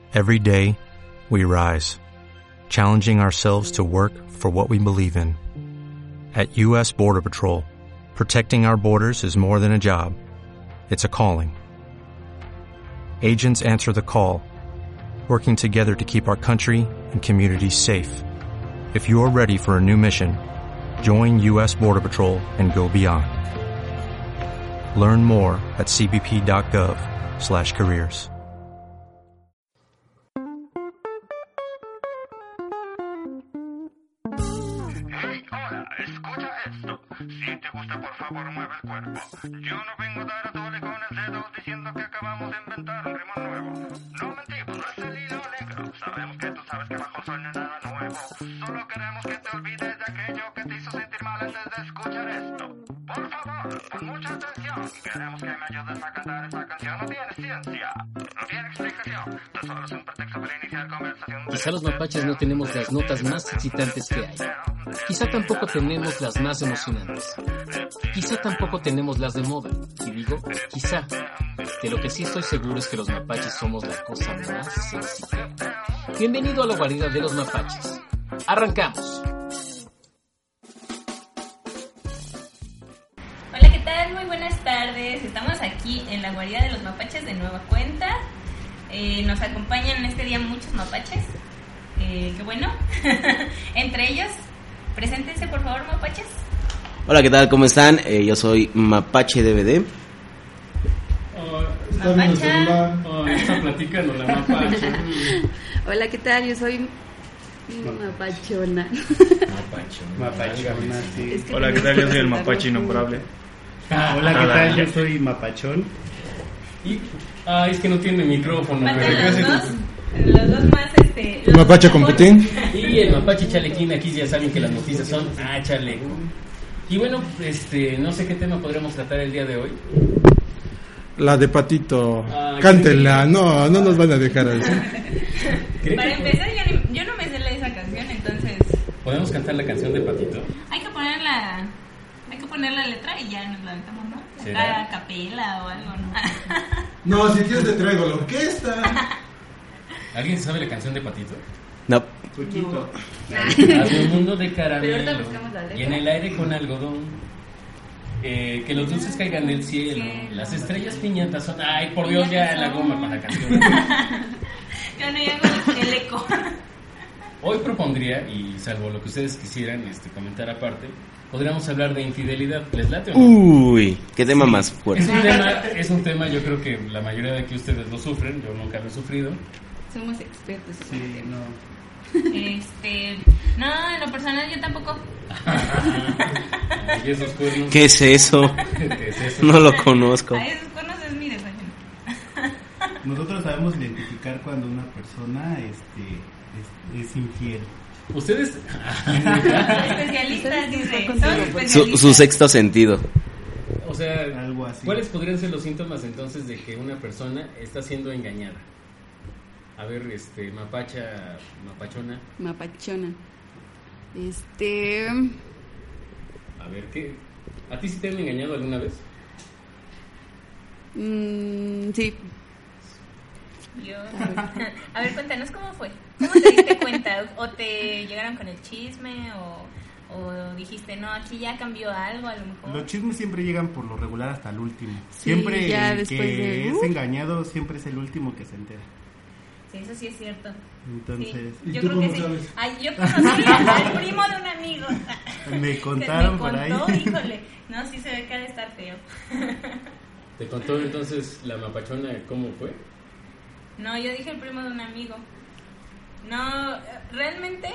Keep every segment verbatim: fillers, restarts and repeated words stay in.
Every day, we rise, challenging ourselves to work for what we believe in. At U S Border Patrol, protecting our borders is more than a job. It's a calling. Agents answer the call, working together to keep our country and communities safe. If you're ready for a new mission, join U S Border Patrol and go beyond. Learn more at c b p dot gov slash careers. Hey, hola, escucha esto. Si te gusta, por favor, mueve el cuerpo. Yo no vengo a dar a tole con el dedo diciendo que acabamos de inventar un ritmo nuevo. No mentimos, no es el hilo negro. Sabemos que tú sabes que bajo sol no es nada nuevo. Solo queremos que te olvides de aquello que te hizo sentir mal antes de escuchar esto. Por favor, pon mucha atención. Queremos que me ayudes a cantar esta canción. No tiene ciencia, no tiene explicación. Tan solo es un pretexto para iniciar conversación. Quizá los mapaches no tenemos las notas más excitantes que hay. Quizá tampoco tenemos las más emocionantes. Quizá tampoco tenemos las de moda. Y digo, quizá. De lo que sí estoy seguro es que los mapaches somos la cosa más sexy que hay. Bienvenido a la guarida de los mapaches. ¡Arrancamos! Hola, ¿qué tal? Muy buenas tardes. Estamos aquí en la guarida de los mapaches de nueva cuenta. Eh, nos acompañan en este día muchos mapaches. Eh, qué bueno. Entre ellos, preséntense por favor, mapaches. Hola, ¿qué tal? ¿Cómo están? Eh, yo soy Mapache D V D. Oh, está viendo el celular. Oh, está platicando la mapache. Hola, ¿qué tal? Yo soy Mapachona. Mapachona. Mapachona, sí. Es que Hola, ¿qué tal? Yo soy el mapache innombrable. Ah, hola, ¿qué tal? Yo soy Mapachón. Y, ah, es que no tiene micrófono. Faltan pero los ¿qué dos, hace? los dos más, este... los Mapache dos con mejor. Putin. Y el mapache chalequín, aquí ya saben que las noticias son ah, chaleco. Y bueno, este, no sé qué tema podremos tratar el día de hoy. La de Patito. Ah, Cántenla. No, no nos van a dejar así. ¿Creen Para que empezar, yo, ni- yo no me sé la- esa canción, entonces podemos cantar la canción de Patito? hay que poner la, hay que poner la letra y ya nos la aventamos, ¿no? ¿Será? A capela o algo, ¿no? No, si quieres te traigo la orquesta. ¿Alguien sabe la canción de Patito? No. Poquito. Hazme un mundo de Pero caramelo ahorita buscamos la letra. y en el aire con algodón. Eh, que los dulces caigan del cielo. Cielo. Las estrellas piñatas son. Ay, por Dios, ya la goma con la canción. Ya no hago el eco. Hoy propondría, y salvo lo que ustedes quisieran este, comentar aparte, podríamos hablar de infidelidad. ¿Les late o no? Uy, qué tema más Es fuerte. un tema, es un tema, yo creo que la mayoría de aquí ustedes lo sufren, yo nunca lo he sufrido. Somos expertos en el tema. no. Este, no, en lo personal yo tampoco. Ay, esos cuernos. ¿Qué es eso? ¿Qué es eso? No lo conozco. A esos cuernos es mi desayuno. Nosotros sabemos identificar cuando una persona este, es, es infiel. Ustedes. Especialistas, dice. Son Su, especialistas. su sexto sentido. O sea, Algo así. ¿cuáles podrían ser los síntomas entonces de que una persona está siendo engañada? A ver, este, mapacha, mapachona, Mapachona. Este. a ver, ¿qué? ¿A ti sí te han engañado alguna vez? Mmm, sí. Yo. A ver, cuéntanos cómo fue. ¿Cómo te diste cuenta? ¿O te llegaron con el chisme? ¿O, o dijiste, no, aquí ya cambió algo a lo mejor? Los chismes siempre llegan por lo regular hasta el último. Sí, Siempre ya el después que de- es uh. engañado siempre es el último que se entera. Sí, eso sí es cierto. Entonces, Sí, ¿y yo tú creo que cómo sí. sabes? Ay, yo conocí al primo de un amigo. me Que contaron me por ahí. contó, híjole. No, sí se ve que ha de estar feo. ¿Te contó entonces la mapachona cómo fue? No, yo dije el primo de un amigo. No, realmente,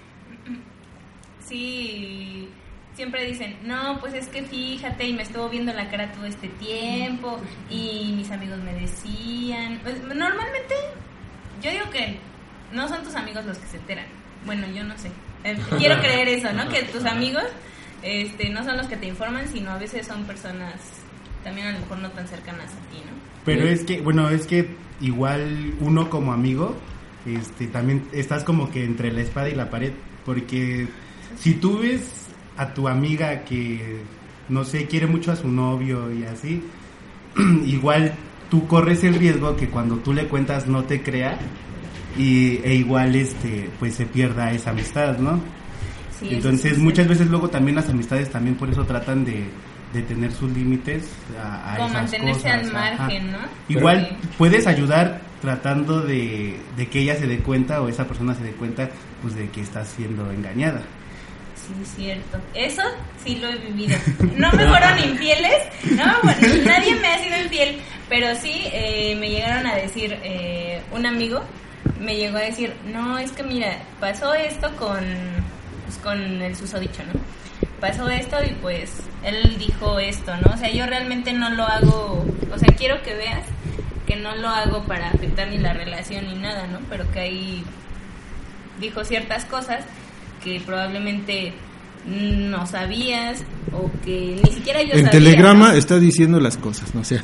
sí, siempre dicen, no, pues es que fíjate, y me estuvo viendo la cara todo este tiempo, y mis amigos me decían, pues, normalmente, yo digo que no son tus amigos los que se enteran. Bueno, yo no sé. Eh, quiero creer eso, ¿no? Que tus amigos, este, no son los que te informan, sino a veces son personas también a lo mejor no tan cercanas a ti, ¿no? Pero es que, bueno, es que igual uno como amigo, este, también estás como que entre la espada y la pared, porque si tú ves a tu amiga que, no sé, quiere mucho a su novio y así, igual tú corres el riesgo que cuando tú le cuentas no te crea y, e igual este pues se pierda esa amistad, ¿no? Sí, Entonces sí, sí, muchas sí. veces luego también las amistades también por eso tratan de, de tener sus límites a, a Como esas mantenerse cosas. al margen, ¿no? Igual Sí. puedes ayudar tratando de, de que ella se dé cuenta o esa persona se dé cuenta pues de que está siendo engañada. Sí, es cierto. Eso sí lo he vivido. No me fueron infieles, no, bueno, nadie me ha sido infiel, pero sí eh, me llegaron a decir, eh, un amigo me llegó a decir, no, es que mira, pasó esto con, pues, con el susodicho, ¿no? Pasó esto y pues él dijo esto, ¿no? O sea, yo realmente no lo hago, o sea, quiero que veas que no lo hago para afectar ni la relación ni nada, ¿no? Pero que ahí dijo ciertas cosas que probablemente no sabías o que ni siquiera yo en sabía. Telegrama ¿no? está diciendo las cosas, no sé.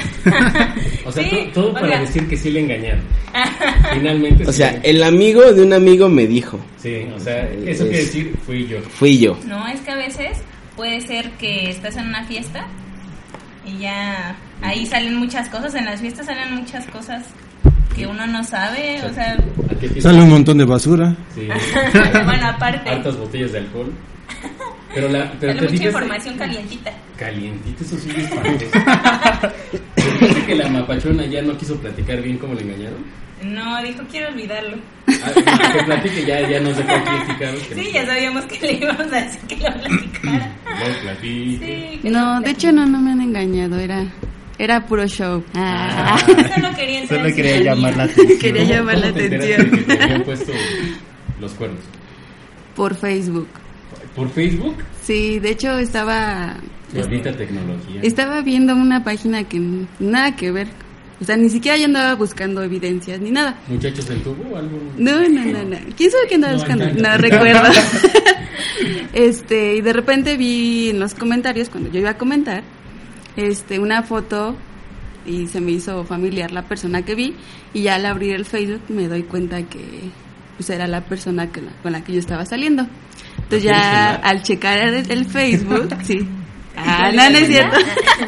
O sea, Sí, to- todo para oiga. decir que sí le engañaron. Finalmente O sí sea, le- el amigo de un amigo me dijo. Sí, o sea, eso quiere decir fui yo. Fui yo. No, es que a veces puede ser que estás en una fiesta y ya ahí salen muchas cosas, en las fiestas salen muchas cosas que uno no sabe, o sea, Aquí tienes- Sale un montón de basura. Sí. bueno, aparte, Hartas botellas de alcohol. Pero la pero sale te mucha fijas información calientita. calientito, eso sí es espantoso. Parece que la mapachona ya no quiso platicar bien cómo le engañaron. No, dijo, quiero olvidarlo. Ah, que platique, ya, ya nos dejó aquí explicados. que Sí, nos- ya sabíamos que le íbamos a decir que lo platicara. No platique. Sí, que No, lo de platique. hecho no, no me han engañado, era era puro show. Ah. Solo quería entrar Solo en quería sintonía. llamar la atención. Quería ¿Cómo- llamar la cómo te enteraste atención. de que te habían puesto los cuernos? Por Facebook. ¿Por Facebook? Sí, de hecho estaba Maldita tecnología. estaba viendo una página que n- nada que ver. O sea, ni siquiera yo andaba buscando evidencias ni nada. ¿Muchachos del tubo o algo? No, no, no, no. ¿Quién sabe qué andaba No, buscando? no, no. No recuerdo. Este, y de repente vi en los comentarios, cuando yo iba a comentar, este, una foto y se me hizo familiar la persona que vi, y ya al abrir el Facebook me doy cuenta que pues era la persona que la- con la que yo estaba saliendo. Entonces ¿Lo quieres ya celular? al checar el, el Facebook, sí. Ah, no, no es cierto.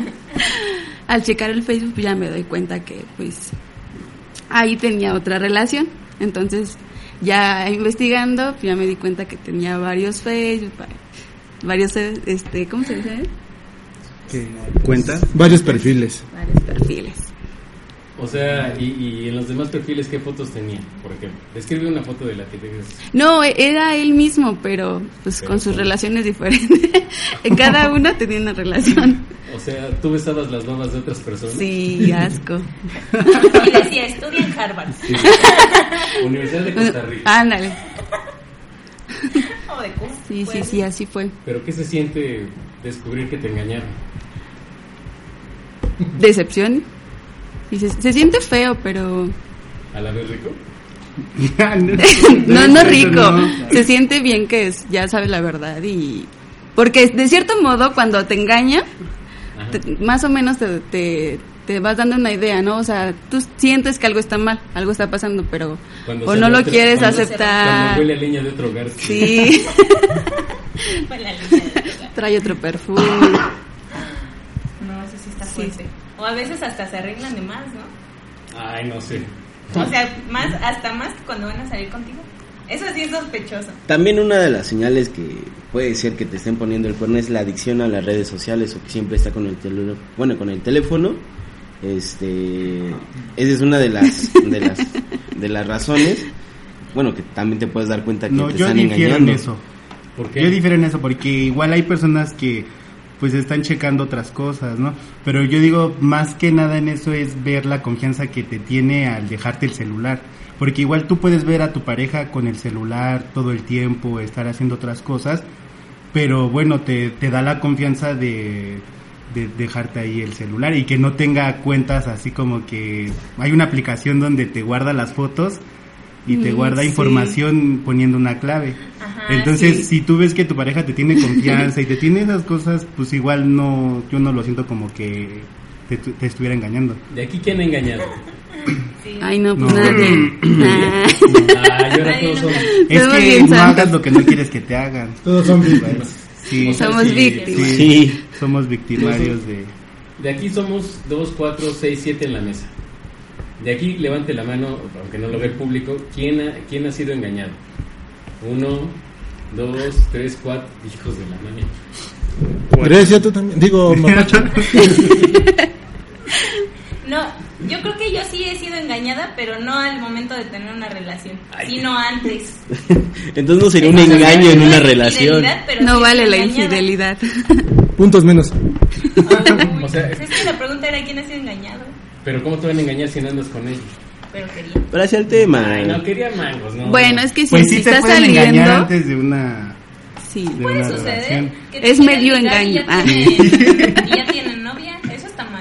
Al checar el Facebook pues ya me doy cuenta que pues ahí tenía otra relación. Entonces ya investigando pues, ya me di cuenta que tenía varios Facebook, va- varios eh, este, ¿cómo se dice? ¿Qué cuenta? Varios perfiles. Varios perfiles. O sea, y, y en los demás perfiles, ¿qué fotos tenía? Por ejemplo, describe una foto de la que tengas. No, e- era él mismo, pero pues Pero con sus con- relaciones diferentes. Cada uno tenía una relación. O sea, tú besabas las babas de otras personas. Sí, asco. Y decía, estudia en Harvard. Universidad de Costa Rica. Ándale. O de Cuba. Sí, sí, Pues, sí, así fue. Pero ¿qué se siente descubrir que te engañaron? Decepción. Y se, se siente feo, pero ¿A la vez rico? no, no rico. Se siente bien que es, ya sabes la verdad y porque de cierto modo cuando te engaña, Ajá. te- más o menos te, te, te vas dando una idea, ¿no? O sea, tú sientes que algo está mal, algo está pasando, pero Cuando o sale no lo otro- quieres cuando- aceptar. Cuando huele a leña de otro hogar. Sí, fue la línea de verdad. trae otro perfume. No, eso sí está Sí. fuerte. O a veces hasta se arreglan de más, ¿no? Ay, no sé. O sea, más, hasta más que cuando van a salir contigo. Eso sí es sospechoso. También una de las señales que puede ser que te estén poniendo el cuerno es la adicción a las redes sociales o que siempre está con el teléfono, bueno, con el teléfono. Este, esa es una de las de las de las razones. Bueno, que también te puedes dar cuenta que No, te yo están difiero engañando. en eso. ¿Por qué? Yo difiero en eso porque igual hay personas que pues están checando otras cosas, ¿no? Pero yo digo, más que nada en eso es ver la confianza que te tiene al dejarte el celular. Porque igual tú puedes ver a tu pareja con el celular todo el tiempo, estar haciendo otras cosas, pero bueno, te, te da la confianza de, de dejarte ahí el celular y que no tenga cuentas así como que hay una aplicación donde te guarda las fotos y te Mm, guarda sí. información poniendo una clave. Ajá, Entonces, sí. si tú ves que tu pareja te tiene confianza y te tiene esas cosas, pues igual no, yo no lo siento como que te, te estuviera engañando. ¿De aquí quién ha engañado? Sí. Ay, no, pues No. nadie. Ah. Ah, y ahora todos son... Es Somos que bien no santos. hagas lo que no quieres que te hagan. Todos son víctimas. Sí, O sea, Somos sí, víctimas. sí, Sí. somos victimarios de... De aquí somos dos, cuatro, seis, siete en la mesa. De aquí levante la mano, aunque no lo ve el público, ¿quién ha, quién ha sido engañado? Uno, dos, tres, cuatro, hijos de la mano. Grecia, tú también. Digo, Mapacho. No, yo creo que yo sí he sido engañada, pero no al momento de tener una relación, sino antes. Entonces no sería un engaño en una relación. No vale la infidelidad. Puntos menos. O sea, Pues es que la pregunta era quién ha sido engañado. pero ¿cómo te van a engañar si no andas con ellos? Pero quería. Pero hacia el tema. Ay, no quería mangos, ¿no? Bueno, es que si, Pues si sí te estás pueden engañar saliendo, antes de una, sí. de Puede una suceder relación. que te Es quieran medio ligar y engaño. ya Ah. tienen- y ya tienen novia, eso está mal.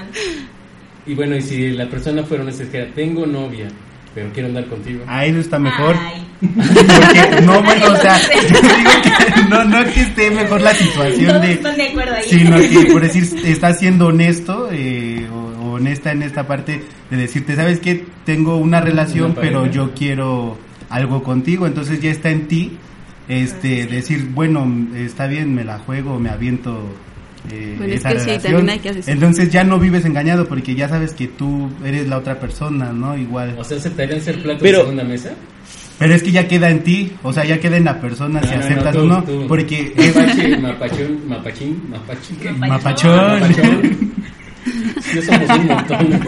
Y bueno, y si la persona fuera honesta, dijera, tengo novia, pero quiero andar contigo. Ah, eso está mejor. Ay. Porque, no, bueno, o sea, digo que no, no que esté mejor la situación Todos de, están de acuerdo ahí. sino que por decir, estás siendo honesto, eh, o, o honesta en esta parte de decirte, ¿sabes qué? Tengo una relación, Una pero pareja. yo quiero algo contigo, entonces ya está en ti, este, decir, bueno, está bien, me la juego, me aviento. Eh, Bueno, es esa que sí, relación. también hay que hacer- Entonces ya no vives engañado porque ya sabes que tú eres la otra persona, ¿no? Igual. O sea, ¿aceptarían ser plato Pero- de segunda mesa? Pero es que ya queda en ti, o sea, ya queda en la persona si No, no, aceptas no, o tú, no, tú. porque Mapache, mapachón, mapachín, mapachín, ¿qué? Mapachón. Mapachón. Sí, somos un montón.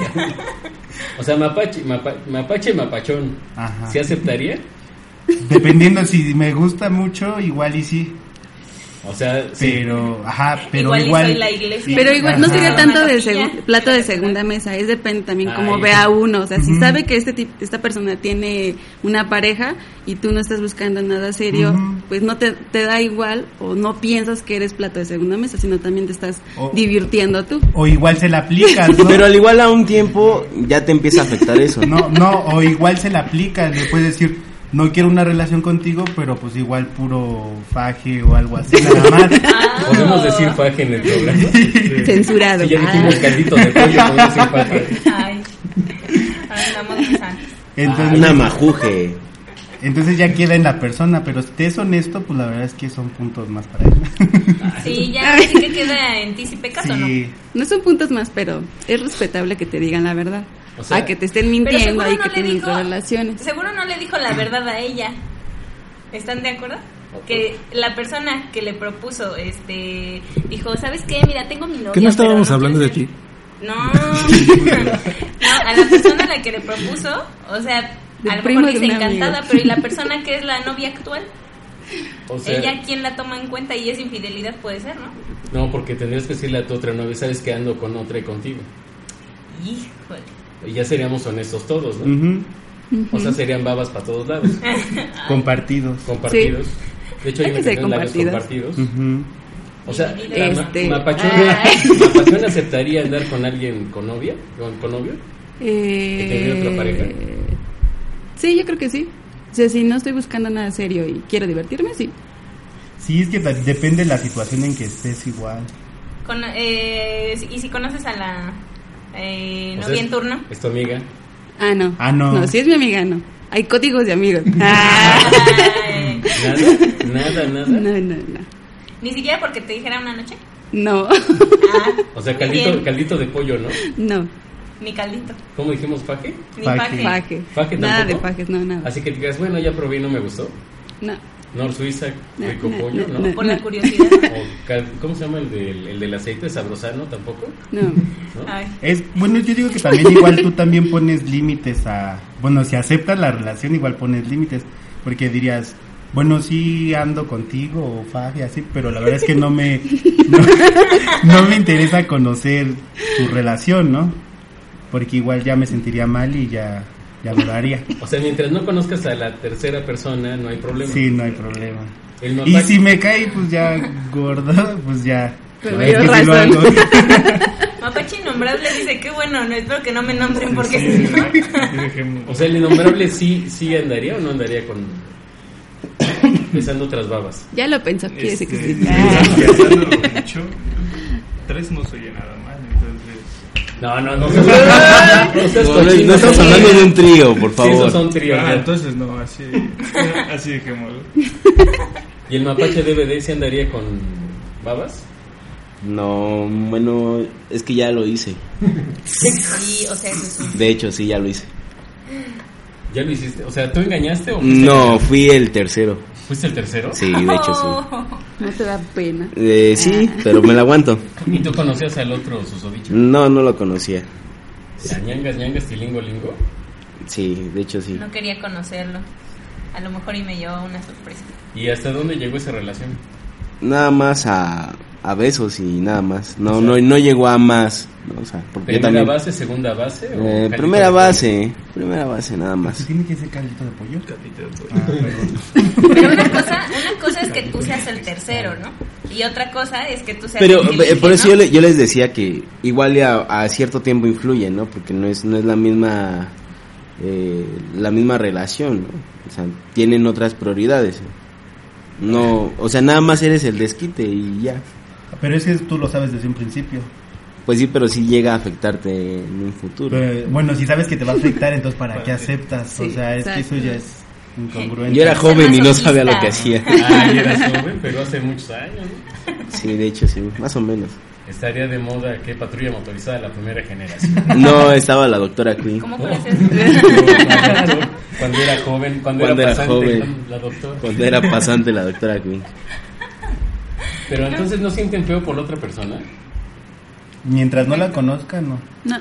O sea, mapache, mapa, mapache, mapachón. Ajá. ¿Sí aceptaría? Dependiendo si me gusta mucho, igual y sí. O sea, sí. Pero, ajá, pero Igual y igual. soy la iglesia. Pero igual no Ajá. sería tanto de Matapilla. segu- plato de segunda mesa, es depende también cómo Ay, vea sí. uno, o sea, si Ujú. sabe que este tip- esta persona tiene una pareja y tú no estás buscando nada serio, Ujú. pues no te, te da igual o no piensas que eres plato de segunda mesa, sino también te estás O- divirtiendo tú. O igual se la aplicas, ¿no? Pero al igual a un tiempo ya te empieza a afectar eso. No, no, o igual se la aplicas, le puedes decir, no quiero una relación contigo, pero pues igual puro faje o algo así, nada más. Ah. Podemos decir faje en el programa. Censurado. Sí, ya Ah. dijimos caldito de pollo, podemos decir faje. Ay. Ahora andamos de santos. Entonces, Una majuje. entonces ya queda en la persona, pero si te es honesto, pues la verdad es que son puntos más para él. Sí, ya sí que queda en ti si pecas o no. Sí. No son puntos más, pero es respetable que te digan la verdad. O sea, a que te estén Pero mintiendo seguro y no que le tienen dijo, relaciones. seguro no le dijo la verdad a ella. ¿Están de acuerdo? Que la persona que le propuso, este, dijo, ¿sabes qué? Mira, tengo mi novia. ¿Que no estábamos pero hablando de quiero ti? ser-". No, no, a la persona a la que le propuso, o sea, Del a lo primo mejor de dice un amigo. encantada, pero ¿y la persona que es la novia actual? O sea, Ella, ¿quién la toma en cuenta? Y esa infidelidad puede ser, ¿no? no, porque tendrías que decirle a tu otra novia, sabes que ando con otra y contigo. Híjole. Y ya seríamos honestos todos, ¿no? Ujú. O sea, serían babas para todos lados, Compartidos. compartidos. De hecho, Hay hay que que ser tener labios compartidos. compartidos. Ujú. O sea, Este, ma- Mapachón, ay. Mapachón aceptaría andar con alguien con novia, con, con novio. Eh, ¿Que tenga otra pareja? Sí, yo creo que sí. O sea, si no estoy buscando nada serio y quiero divertirme, sí. Sí, es que ta- depende de la situación en que estés igual. Con, eh, ¿y si conoces a la eh, O sea, novia es- en turno? Es tu amiga. Ah, no. Ah, no. No, si es mi amiga, no. Hay códigos de amigos. Ah. Ay, Nada, nada, nada. No, no, no. Ni siquiera porque te dijera una noche. No, Ah, O sea, muy caldito, bien. caldito de pollo, ¿no? no. Ni caldito, ¿Cómo dijimos faje? ni Faje. paje. Faje. ¿Faje Nada de tampoco? fajes, no, nada. Así que digas, bueno, ya probé y no me gustó. No, Nor Suiza, No, rico no, pollo, no, ¿no? no. Por la curiosidad. O cal- ¿Cómo se llama el del, el del aceite sabrosano tampoco? no. ¿No? Ay, Es, bueno, yo digo que también igual tú también pones límites a... Bueno, si aceptas la relación igual pones límites, porque dirías, bueno, sí ando contigo o faje así, pero la verdad es que no me... No, no me interesa conocer tu relación, ¿no? Porque igual ya me sentiría mal y ya, ya lo daría. O sea, mientras no conozcas a la tercera persona, no hay problema. Sí, no hay problema. El Y mapache- si me cae, pues ya gordo, pues ya. Pero La verdad dio es que sí lo razón. hago. Mapache Innombrable dice, qué bueno, no espero que no me nombren porque si no... O sea, el innombrable sí, sí andaría o no andaría con... besando otras babas. Ya lo pensó, quiere decir que Este, sí. pensándolo mucho, tres no soy nada mal, entonces... No, no, no. seas- No, seas No, cochino, no estamos sí. hablando de un trío, por Sí, favor. esos son tríos. Ah, ya. entonces no, así, así dejémoslo. ¿Y el mapache D V D sí andaría con babas? No, bueno, es que ya lo hice. Sí, o sea, eso es un... De hecho, sí, ya lo hice. ¿Ya lo hiciste? O sea, ¿tú engañaste o fuiste No, el... fui el tercero. ¿Fuiste el tercero? Sí, de hecho sí. No te da pena. Eh, sí, pero me la aguanto. ¿Y tú conocías al otro susodicho? No, no lo conocía. ¿A ñangas, ñangas, tilingo, lingo? Sí, de hecho sí. No quería conocerlo. A lo mejor y me llevaba una sorpresa. ¿Y hasta dónde llegó esa relación? Nada más a, a besos y nada más. No, o sea, no, no llegó a más. ¿No? O sea, porque ¿Primera también, base, segunda base? O eh, primera base, primera base nada más. ¿Tiene que ser caldito de pollo? Caldito de pollo. Ah, perdón. Pero una cosa, una cosa es que tú seas el tercero, ¿no? Y otra cosa es que tú seas Pero el que elige, por eso ¿no? yo, le, yo les decía que igual a, a cierto tiempo influye, ¿no? Porque no es no es la misma eh, la misma relación, ¿no? O sea, tienen otras prioridades. No, o sea, nada más eres el desquite y ya. Pero es que tú lo sabes desde un principio. Pues sí, pero sí llega a afectarte en un futuro. Pero, bueno, si sabes que te va a afectar, entonces ¿para qué aceptas? Sí, o sea, es exacto. que eso ya es incongruente. Yo era joven y no masoquista. sabía lo que hacía. Ah, ya eras joven, pero hace muchos años, ¿no? Sí, de hecho sí, más o menos. Estaría de moda que patrulla motorizada la primera generación. No, estaba la doctora Queen. ¿Cómo Oh. conoces? Cuando era joven, cuando, Cuando era era pasante, joven. la doctora. Cuando era pasante la doctora Queen. Pero entonces no sienten feo por la otra persona. Mientras no la conozca, no. No.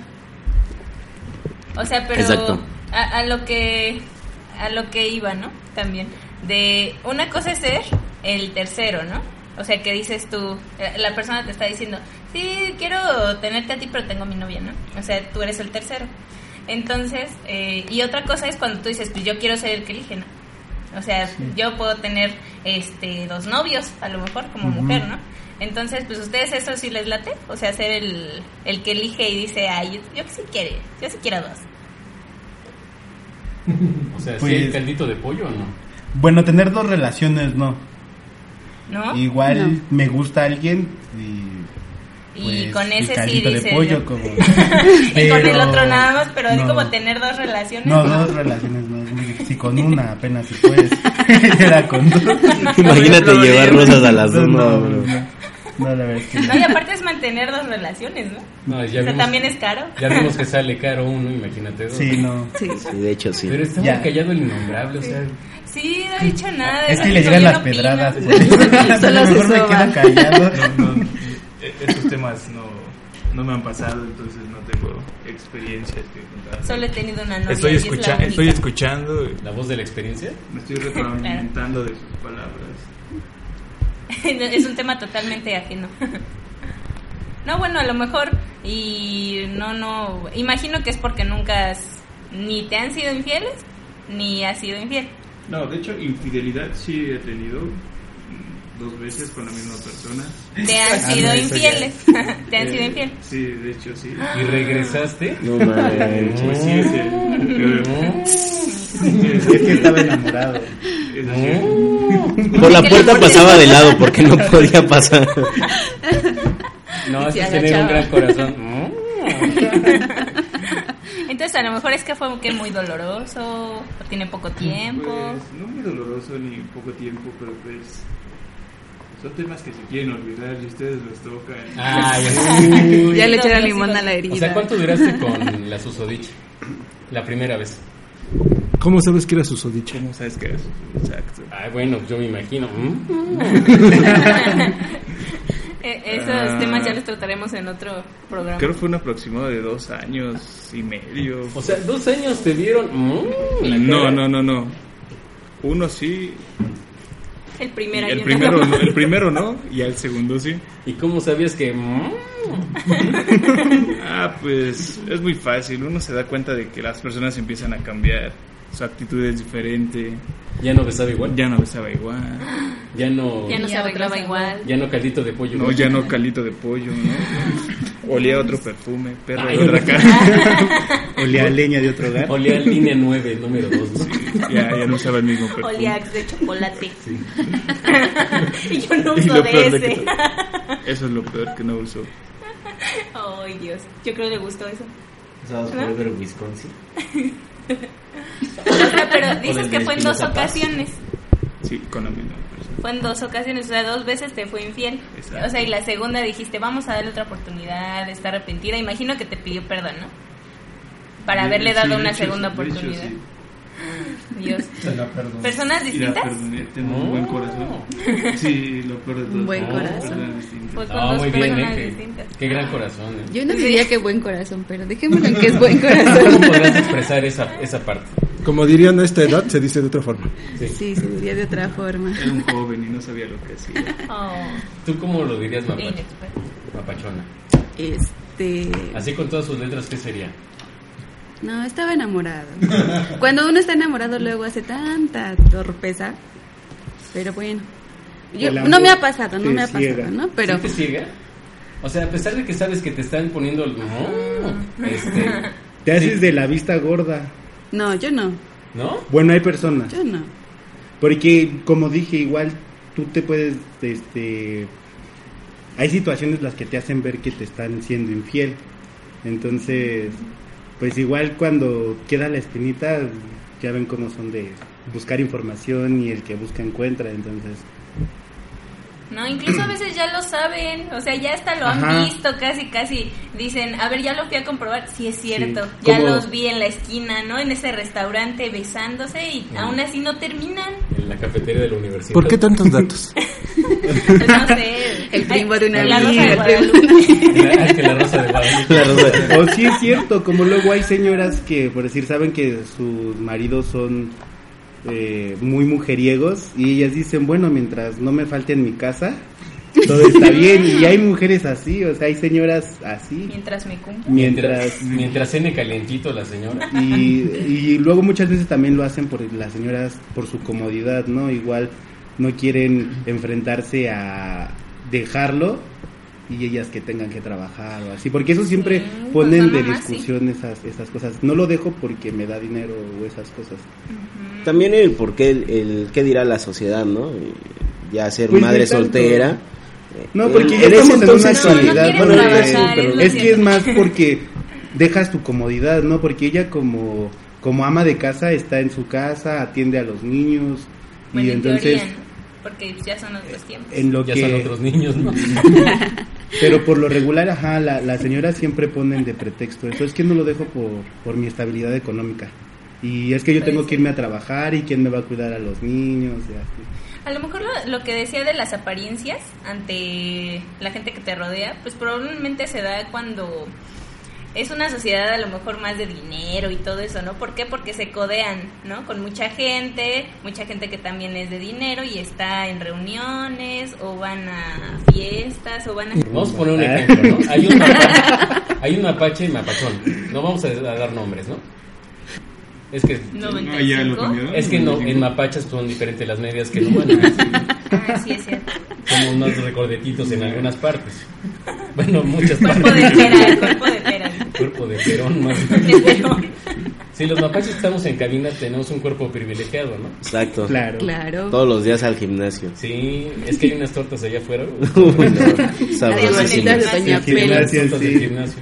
O sea, pero Exacto. a, a lo que a lo que iba, ¿no? También de una cosa es ser el tercero, ¿no? O sea, que dices tú, eh, la persona te está diciendo, sí, quiero tenerte a ti, pero tengo a mi novia, ¿no? O sea, tú eres el tercero. Entonces, eh, y otra cosa es cuando tú dices, pues yo quiero ser el que elige, ¿no? O sea, sí. Yo puedo tener este dos novios, a lo mejor, como uh-huh. mujer, ¿no? Entonces, pues ustedes eso sí les late, o sea, ser el, el que elige y dice, ay, yo, yo sí quiero, yo sí quiero dos. O sea, pues, ¿sí hay caldito de pollo o no? Bueno, tener dos relaciones no. ¿No? Igual no. me gusta alguien y... Pues, y con ese sí dices de pollo, como... y con el otro nada más, pero no. así como tener dos relaciones. No, no, dos relaciones no, es muy difícil. Si con una apenas si puedes. Era con dos. Imagínate no, llevar no, rosas a las dos. No, No, no, no, no, la verdad es que no. Y aparte es mantener dos relaciones, ¿no? No, ya o sea, vimos, también es caro. Ya vimos que sale caro uno, imagínate dos. Sí, no. Sí, sí de hecho sí. Pero está muy callado el innombrable, sí. o sea... Sí, no ha dicho nada. Es que le llegan las pedradas. Solo mejor me quedo callado. No, no, esos temas no, no me han pasado, entonces no tengo experiencias que contar. Solo he tenido una novia. Estoy, y escucha- es la estoy escuchando. ¿La voz de la experiencia? Me estoy retroalimentando de sus palabras. Es un tema totalmente ajeno. No, bueno, a lo mejor, y no, no, imagino que es porque nunca has, ni te han sido infieles, ni has sido infiel. No, de hecho, infidelidad sí he tenido dos veces con la misma persona. ¿Te han sido infieles? ¿Te han eh, sido infiel? Sí, de hecho sí. ¿Y regresaste? No manches. Pues sí, es que... Es que estaba enamorado. Es así. Por la puerta pasaba de lado porque no podía pasar. No, es Sí, que tener un gran corazón. Entonces a lo mejor es que fue que muy doloroso, o tiene poco tiempo. Pues no muy doloroso ni poco tiempo, pero pues son temas que se quieren olvidar y ustedes los tocan. Ay, uy. Ya le echaron limón a la herida. O sea, ¿cuánto duraste con la susodicha? La primera vez. ¿Cómo sabes que era susodicha? ¿Cómo sabes que era susodicha? Exacto. Ay, bueno, yo me imagino. Esos ah, temas ya los trataremos en otro programa. Creo que fue un aproximado de dos años y medio. O sea, dos años te dieron. Mm, no, no, no, no. Uno sí. El primer año. El primero, no, el primero no, y el segundo sí. ¿Y cómo sabías que? Mm? Ah, pues es muy fácil. Uno se da cuenta de que las personas empiezan a cambiar. Su actitud es diferente. ¿Ya no besaba igual? Ya no besaba igual. Ya no... Ya no se arreglaba igual. Ya no caldito de pollo. No, ya no caldito de pollo, ¿no? Olía a otro perfume, perro Ay, de otra cara. Olía a leña de otro hogar. Olía a línea nueve, número dos. ¿No? Sí, ya, ya no usaba el mismo perfume. Olía a de chocolate. Sí. Y yo no uso de ese. De eso es lo peor que no uso. Ay, oh, Dios. Yo creo que le gustó eso. ¿Sabes por ver Wisconsin? O sea, pero dices que fue en dos ocasiones. Sí, con la misma persona. Fue en dos ocasiones, o sea, dos veces te fue infiel. Exacto. O sea, y la segunda dijiste, vamos a darle otra oportunidad, está arrepentida. Imagino que te pidió perdón, ¿no? para haberle dado Sí, de una hecho, segunda sí, de hecho, oportunidad. sí. Dios. Se la perdono. ¿Personas Y la distintas? perdoné, tengo un buen corazón. Sí, lo peor de todo. Un buen No, corazón. personas distintas. Fue con Ah, dos muy bien, personas ¿eh? Qué, distintas. qué gran corazón. ¿eh? Yo no diría que buen corazón, pero dejémoslo en que es buen corazón. ¿Cómo podrás expresar esa, esa parte? Como dirían a esta edad, se dice de otra forma. Sí. Sí, se diría de otra forma. Era un joven y no sabía lo que hacía. Oh, ¿Tú cómo lo dirías, Mapacho? inexperto. Mapachona. Este... Así con todas sus letras, ¿qué sería? No, estaba enamorado. Cuando uno está enamorado luego hace tanta torpeza. Pero bueno. Yo, El amor no me ha pasado, no te me ha ciega. pasado, ¿no? Pero ¿Sí te ciega? O sea, a pesar de que sabes que te están poniendo el... No, este... Te haces Sí. de la vista gorda. no, yo no. ¿No? Bueno, hay personas. Yo no. Porque, como dije, igual tú te puedes, este... Hay situaciones las que te hacen ver que te están siendo infiel. Entonces, pues igual cuando queda la espinita, ya ven cómo son de buscar información y el que busca encuentra, entonces... No, incluso a veces ya lo saben, o sea, ya hasta lo Ajá. han visto casi, casi. Dicen, a ver, ya lo fui a comprobar. Sí, es cierto. Sí. Ya Como- los vi en la esquina, ¿no? En ese restaurante besándose y Mm. aún así no terminan. En la cafetería de la universidad. ¿Por qué tantos datos? Pues no sé. El primo de una La Rosa amiga, de el primo Guadalupe. La, es que la rosa de Guadalupe. La rosa. O sí es cierto, como luego hay señoras que, por decir, saben que sus maridos son eh, muy mujeriegos y ellas dicen, bueno, mientras no me falte en mi casa, todo está bien. Y hay mujeres así, o sea, hay señoras así. Mientras me cumplo. Mientras, Mientras... mientras cene calientito la señora. Y, y luego muchas veces también lo hacen por las señoras, por su comodidad, ¿no? Igual no quieren enfrentarse a dejarlo y ellas que tengan que trabajar o así, porque eso siempre Sí, ponen pues de la mamá, sí. discusión esas, esas cosas. No lo dejo porque me da dinero o esas cosas. También el por qué, el, el qué dirá la sociedad, ¿no? Ya ser Pues, madre ni tanto. soltera. No, Eh, porque en ya ese estamos en una entonces sí. actualidad. No, no Bueno, quieren eh, trabajar, pero es lo es que es cierto. más porque dejas tu comodidad, ¿no? Porque ella como, como ama de casa está en su casa, atiende a los niños Bueno, y en entonces teoría, ¿no? Porque ya son otros tiempos. en lo Ya que son otros niños, ¿no? pero por lo regular, ajá, la, las señoras siempre ponen de pretexto eso, es que no lo dejo por, por mi estabilidad económica y es que yo Puede tengo ser. que irme a trabajar y quién me va a cuidar a los niños y así. A lo mejor lo, lo que decía de las apariencias ante la gente que te rodea, pues probablemente se da cuando es una sociedad a lo mejor más de dinero y todo eso, ¿no? ¿Por qué? Porque se codean, ¿no? Con mucha gente, mucha gente que también es de dinero y está en reuniones o van a fiestas o van a... Vamos a poner un ejemplo, ¿no? Hay un mapache, hay un mapache y mapachón. No vamos a a dar nombres, ¿no? Es que noventa Ah, y ya lo cinco. cambiaron. es que no, en mapachas son diferentes las medias que en humanas. Ah, sí, es cierto. Somos más recordetitos en algunas partes. Bueno, muchas Cuerpo de partes. pera, cuerpo de pera. Cuerpo de perón más. De perón. Si los mapaches estamos en cabina tenemos un cuerpo privilegiado, ¿no? Exacto. Claro. Claro. Todos los días al gimnasio. Sí, es que hay unas tortas allá afuera. Uy, no, sabrosísimas. Hermanitas de Doña El Pela. gimnasio, Tortas sí. del gimnasio.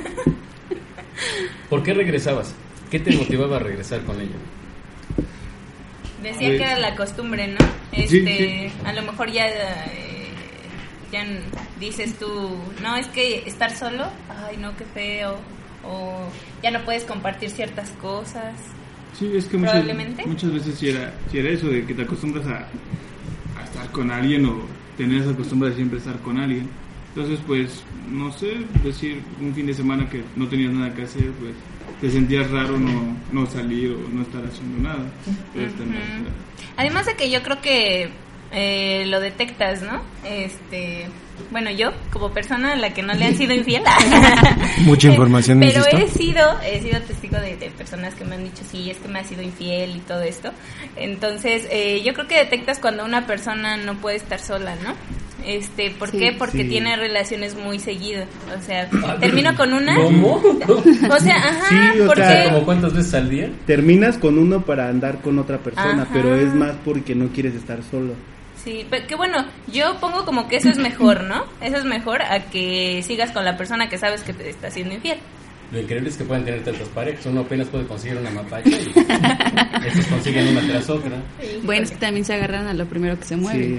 ¿Por qué regresabas? ¿Qué te motivaba a regresar con ella? Decía que era la costumbre, ¿no? Este, Sí, sí. a lo mejor ya, eh, ya n- dices tú, no, es que estar solo, ay, no, qué feo, o ya no puedes compartir ciertas cosas. Sí, es que muchas, Probablemente. muchas veces sí era, sí era eso, de que te acostumbras a, a estar con alguien o tener esa costumbre de siempre estar con alguien. Entonces, pues, no sé, decir un fin de semana que no tenías nada que hacer, pues te sentías raro no, no salir o no estar haciendo nada. Entonces, también, o sea, Además de que yo creo que eh, lo detectas, ¿no? Este, bueno, yo como persona a la que no le han sido infiel, Mucha información, pero insisto. he sido, he sido testigo de, de personas que me han dicho sí, es que me ha sido infiel y todo esto. Entonces, eh, yo creo que detectas cuando una persona no puede estar sola, ¿no? Este, ¿por Sí. qué? Porque Sí. tiene relaciones muy seguido. O sea, termino con una. ¿Cómo? O sea, ajá, Sí, o porque sea, ¿Como cuántas veces al día? Terminas con uno para andar con otra persona, Ajá. pero es más porque no quieres estar solo. sí, pero que bueno, yo pongo como que eso es mejor, ¿no? Eso es mejor a que sigas con la persona que sabes que te está haciendo infiel. Lo increíble es que pueden tener tantas parejas. Uno apenas puede conseguir una mapacha y estos consiguen una tras otra. Bueno, es que también se agarran a lo primero que se mueve. Sí.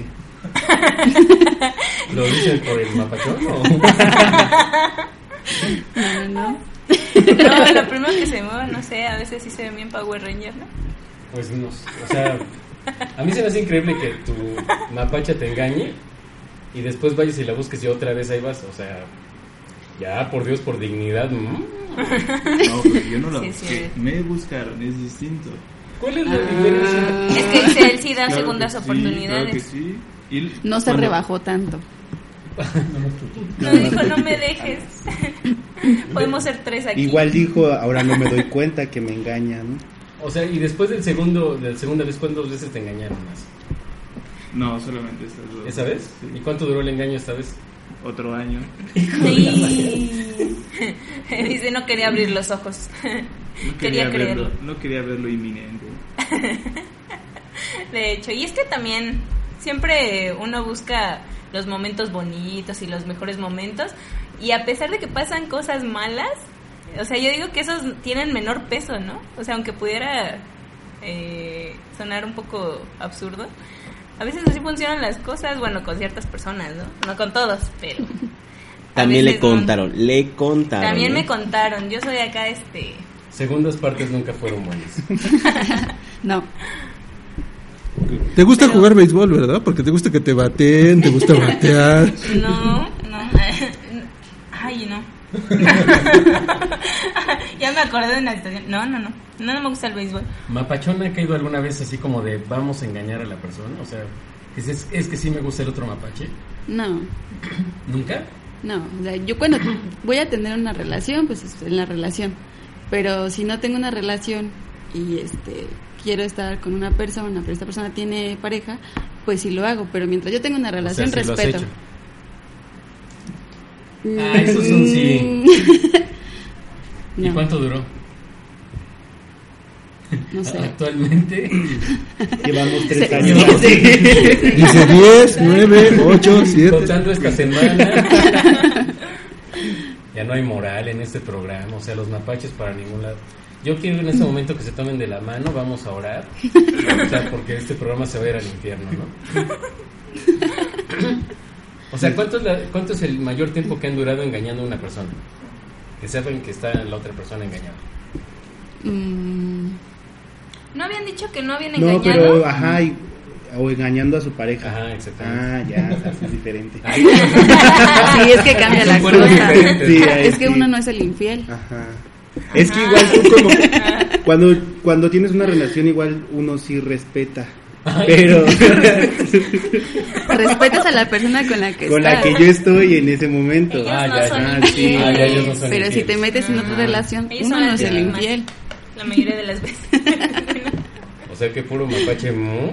¿Lo dicen por el mapachón o...? No, no. No, lo primero que se mueva, no sé, a veces sí se ve bien Power Ranger, ¿no? Pues no, o sea, a mí se me hace increíble que tu mapacha te engañe y después vayas y la busques y otra vez ahí vas, o sea, ya, por Dios, por dignidad. Mm. No, pero yo no la Sí, busqué, sí. me buscaron, es distinto. ¿Cuál es la diferencia? Es que dice él sí da Claro segundas que sí, oportunidades. claro que sí. Y No se cuando- rebajó tanto. No dijo, no me dejes. Podemos ser tres aquí. Igual dijo, ahora no me doy cuenta que me engaña, ¿no? O sea, y después del segundo, de la segunda vez, ¿cuántas veces te engañaron más? No, solamente estas dos. ¿Esa vez? ¿Y cuánto duró el engaño esta vez? Otro año. Sí. Dice, no quería abrir los ojos. No Quería creerlo. verlo, no quería ver lo inminente. De hecho, y es que también siempre uno busca los momentos bonitos y los mejores momentos, y a pesar de que pasan cosas malas, o sea, yo digo que esos tienen menor peso, ¿no? O sea, aunque pudiera eh, sonar un poco absurdo, a veces así funcionan las cosas, bueno, con ciertas personas, ¿no? No con todos, pero... a También le veces no. contaron, le contaron. También ¿eh? me contaron, yo soy acá este... Segundas partes nunca fueron buenas. No. Te gusta jugar béisbol, ¿verdad? Porque te gusta que te baten, te gusta batear. No, no. Ay, no. Ya me acordé de una situación. No, no, no. No, no me gusta el béisbol. ¿Mapachona ha caído alguna vez así como de vamos a engañar a la persona? O sea, es, es, es que sí me gusta el otro mapache. No. ¿Nunca? No, o sea, yo cuando voy a tener una relación, pues es en la relación. Pero si no tengo una relación y este quiero estar con una persona, pero esta persona tiene pareja, pues sí lo hago. Pero mientras yo tengo una relación, O sea, sí lo has respeto. hecho. Ah, eso es un sí. ¿Y No. cuánto duró? No sé. Actualmente Llevamos tres Sí, años. sí, sí. Dice diez, nueve, ocho, siete. contando esta semana. Ya no hay moral en este programa, o sea, los mapaches para ningún lado. Yo quiero en este momento que se tomen de la mano, vamos a orar, o sea, porque este programa se va a ir al infierno, ¿no? O sea, ¿cuánto es, la, ¿cuánto es el mayor tiempo que han durado engañando a una persona? Que sepan que está la otra persona engañada. Mm, ¿No habían dicho que no habían No, engañado? pero, ajá, y- o engañando a su pareja. Ajá, exactamente. Ah, ya, o sea, sí es diferente. sí, es que cambia la Son fuerzas cosa. diferentes. Sí, ahí Es que sí. uno no es el infiel. Ajá. Es que igual tú como cuando cuando tienes una relación igual uno sí respeta, pero Respetas a la persona con la que con la estás. que yo estoy en ese momento. Ellos Ah, no ya, son ya, infieles. sí. Ah, ya, ellos no son Pero si infieles. te metes en otra relación, Ellos uno son no es el víctimas. infiel. La mayoría de las veces. O sea, que puro mapache. ¿no?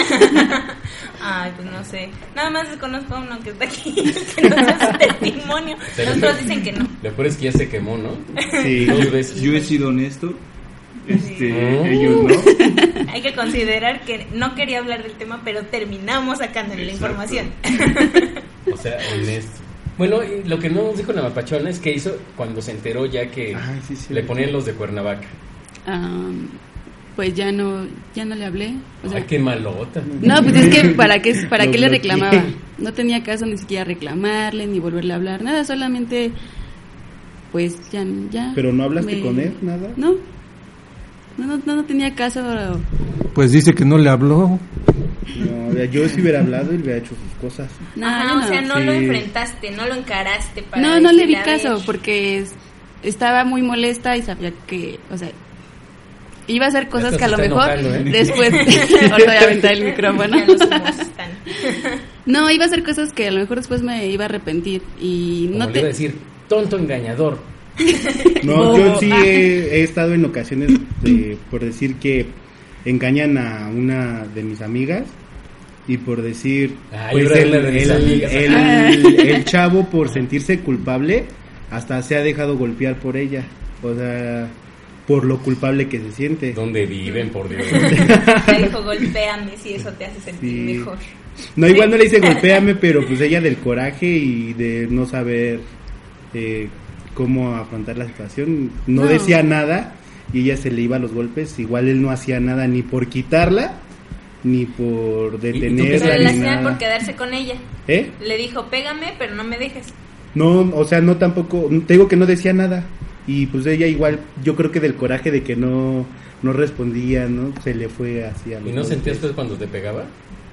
Ay, pues no sé. Nada más conozco a uno que está aquí, que nos da su testimonio. sea, Los otros dicen que no. Lo peor es que ya se quemó, ¿no? Sí. Dos veces. Yo he sido honesto, este, Mm. ellos no. Hay que considerar que no quería hablar del tema, pero terminamos sacándole la Exacto. información. O sea, honesto. Bueno, y lo que no nos dijo la mapachona es que hizo cuando se enteró ya que Ay, sí, sí. le ponían los de Cuernavaca. Ah, pues ya no ya no le hablé. O sea, Ay, qué malota. no, pues es que para qué para Lo qué le bloqueé. reclamaba. No tenía caso ni siquiera reclamarle ni volverle a hablar, nada, solamente pues ya ya. Pero no hablaste me- con él, nada. No. No, no, no, no tenía caso. Pues dice que no le habló. No, yo si hubiera hablado él hubiera hecho sus cosas. No, Ajá, yo o sea, no Sí. lo enfrentaste, no lo encaraste para No, no le vi decirle, a caso ver, porque es- estaba muy molesta y sabía que, o sea, iba a hacer cosas Esto que a se lo está mejor enojando, ¿eh? después ahorita voy a aventar el micrófono. ya los humos están. No, iba a hacer cosas que a lo mejor después me iba a arrepentir y Como no le te iba a decir, tonto engañador. No, Oh. yo sí he, he estado en ocasiones de, por decir que engañan a una de mis amigas y por decir Ay, pues ahora el, una de mis el- amigas. el- el chavo por sentirse culpable hasta se ha dejado golpear por ella, o sea, por lo culpable que se siente. ¿Dónde viven, por Dios? Le dijo, golpéame si eso te hace sentir Sí. mejor. No, igual no le dice golpéame, pero pues ella del coraje y de no saber eh, cómo afrontar la situación, no, No. decía nada y ella se le iba a los golpes, igual él no hacía nada ni por quitarla, ni por qué Pero detenerla, le ni hacía nada. por quedarse con ella. ¿Eh? Le dijo, pégame, pero no me dejes. No, o sea, no tampoco, te digo que no decía nada. Y pues ella igual, yo creo que del coraje de que no, no respondía, ¿no? Se le fue así a los ¿Y no sentías pues cuando te pegaba?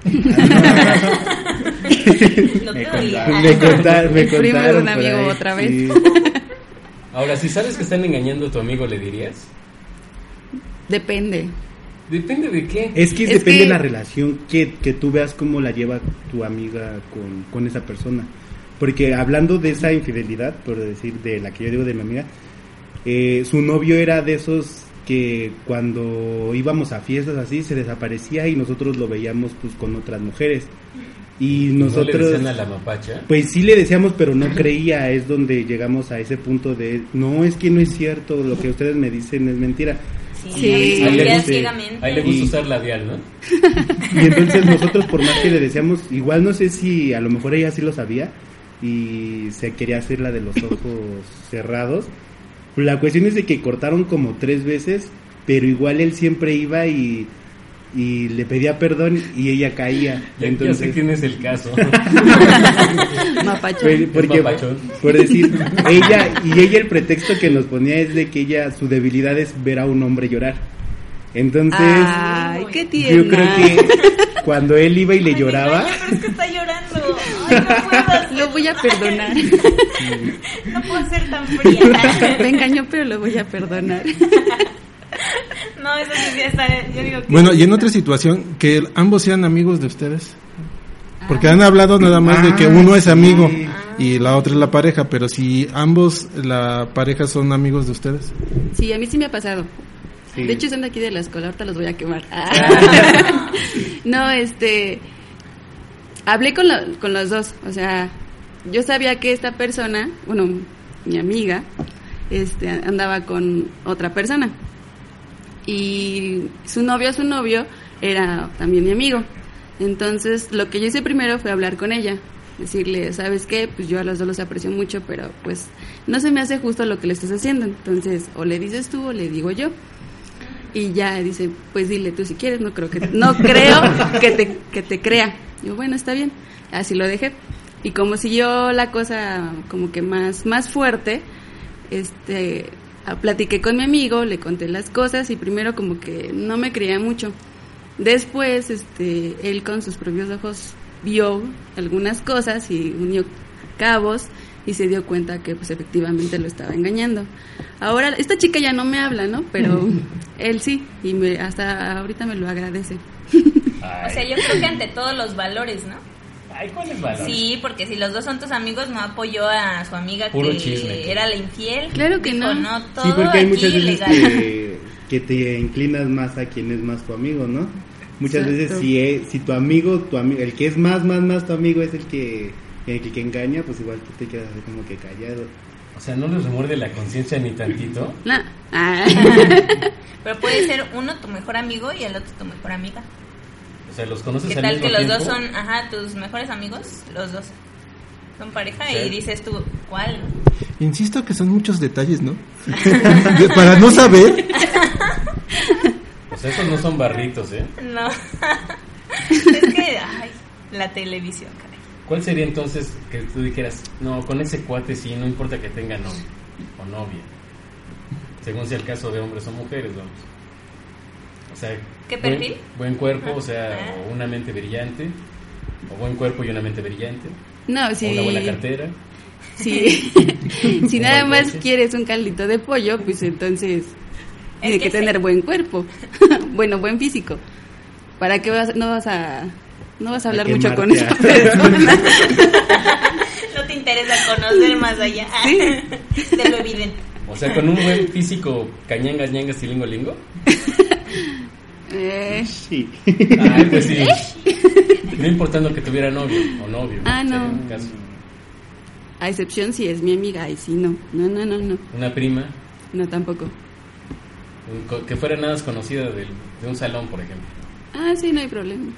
No me, te contaron, dolía. me contaron, me El primo de contaron un por amigo ahí, otra vez. sí. Ahora, si sabes que están engañando a tu amigo, ¿le dirías? Depende. Depende de qué. Es que Es depende que- de la relación que, que tú veas cómo la lleva tu amiga con, con esa persona. Porque hablando de esa infidelidad, por decir, de la que yo digo de mi amiga, eh, su novio era de esos que cuando íbamos a fiestas así se desaparecía y nosotros lo veíamos pues con otras mujeres. Y nosotros... ¿No le decían a la mapacha? Pues sí le decíamos, pero no creía. Es donde llegamos a ese punto de, no, es que no es cierto, lo que ustedes me dicen es mentira. Sí, Sí. Ahí le confías gusta- ciegamente. Ahí le gusta Y- usar labial, ¿no? Y entonces nosotros, por más que le decíamos, igual no sé si a lo mejor ella sí lo sabía y se quería hacer la de los ojos cerrados. La cuestión es de que cortaron como tres veces, pero igual él siempre iba y, y le pedía perdón y ella caía. Ya, Entonces, ya sé quién es el caso. Mapacho. Pues, porque, mapachón. por decir, ella y ella el pretexto que nos ponía es de que ella, su debilidad es ver a un hombre llorar. Entonces, Ay, qué tierna. yo creo que cuando él iba y le Ay, me lloraba, engaña, pero es que está llorando. Ay, no puedo hacer- Lo voy a perdonar. No puedo ser tan fría. Me engañó, pero lo voy a perdonar. No, eso sí está. Yo digo que. Bueno, y en otra situación, que ambos sean amigos de ustedes. Porque han hablado nada más de que Ah, uno es sí. amigo y la otra es la pareja, pero si ambos, la pareja, son amigos de ustedes. Sí, a mí sí me ha pasado. Sí. De hecho, son de aquí de la escuela, ahorita los voy a quemar. Ah. No, este... Hablé con, la- con los dos, o sea, yo sabía que esta persona, bueno, mi amiga, este, andaba con otra persona. Y su novio, su novio, era también mi amigo. Entonces, lo que yo hice primero fue hablar con ella, decirle, ¿sabes qué? Pues yo a los dos los aprecio mucho, pero pues no se me hace justo lo que le estás haciendo. Entonces, o le dices tú o le digo yo. Y ya dice, pues dile tú si quieres, no creo que no creo que te que te crea. Digo, bueno, está bien. Así lo dejé. Y como siguió la cosa como que más más fuerte, este a- platiqué con mi amigo, le conté las cosas y primero como que no me creía mucho. Después, este, él con sus propios ojos vio algunas cosas y unió cabos y se dio cuenta que pues efectivamente lo estaba engañando. Ahora esta chica ya no me habla, ¿no? Pero él sí y me, hasta ahorita me lo agradece. O sea, yo creo que ante todos los valores, ¿no? Ay, ¿cuál es valor? Sí, porque si los dos son tus amigos, no apoyó a su amiga Puro que chisme. era la infiel. Claro que Dijo, no. todo sí, porque hay aquí muchas veces legal. que, que te inclinas más a quien es más tu amigo, ¿no? Muchas Exacto. veces si es, si tu amigo, tu amigo, el que es más, más, más tu amigo es el que, el que engaña, pues igual tú te quedas así como que callado. O sea, ¿no les remuerde la conciencia ni tantito? No. Ah. Pero puede ser uno tu mejor amigo y el otro tu mejor amiga. O sea, ¿los conoces ¿Qué al tal mismo que los tiempo? dos son, ajá, tus mejores amigos? Los dos son pareja Sí. y dices tú, ¿cuál? Insisto que son muchos detalles, ¿no? De- Para no saber. O sea, esos no son barritos, ¿eh? No. Es que, ay, la televisión, caray. ¿Cuál sería entonces que tú dijeras, no, con ese cuate sí, no importa que tenga novio o novia? Según sea el caso de hombres o mujeres, vamos. O sea, ¿Qué buen- perfil? Buen, cuerpo, o sea, Ah. o una mente brillante, o buen cuerpo y una mente brillante, No, o sí. una buena cartera. Sí. Si Un nada buen más coche. quieres un caldito de pollo, pues entonces tiene que que tener sí. buen cuerpo. Bueno, buen físico. ¿Para qué vas, no vas a no vas a hablar A mucho con quemarte, esa persona? No te interesa conocer más allá Sí. de lo evidente. O sea, con un buen físico, cañangas, ñangas y lingo, lingo. Eh, Sí. Ay, pues sí. No importando que tuviera novio o novio. Ah, no. sería un caso. a excepción si es mi amiga, ay sí, no. No, no, no, no. Una prima, No tampoco. un co- que fuera nada desconocida del- de un salón, por ejemplo. Ah, sí, no hay problema.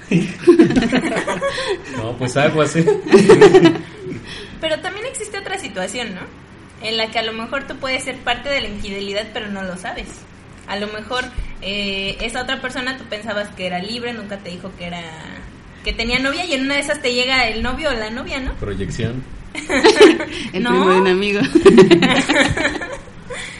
No, pues aguas, ¿eh? Pero también existe otra situación, ¿no? En la que a lo mejor tú puedes ser parte de la infidelidad, pero no lo sabes. A lo mejor eh, esa otra persona tú pensabas que era libre, nunca te dijo que era que tenía novia y en una de esas te llega el novio o la novia, ¿no? Proyección. El No. primo de un amigo.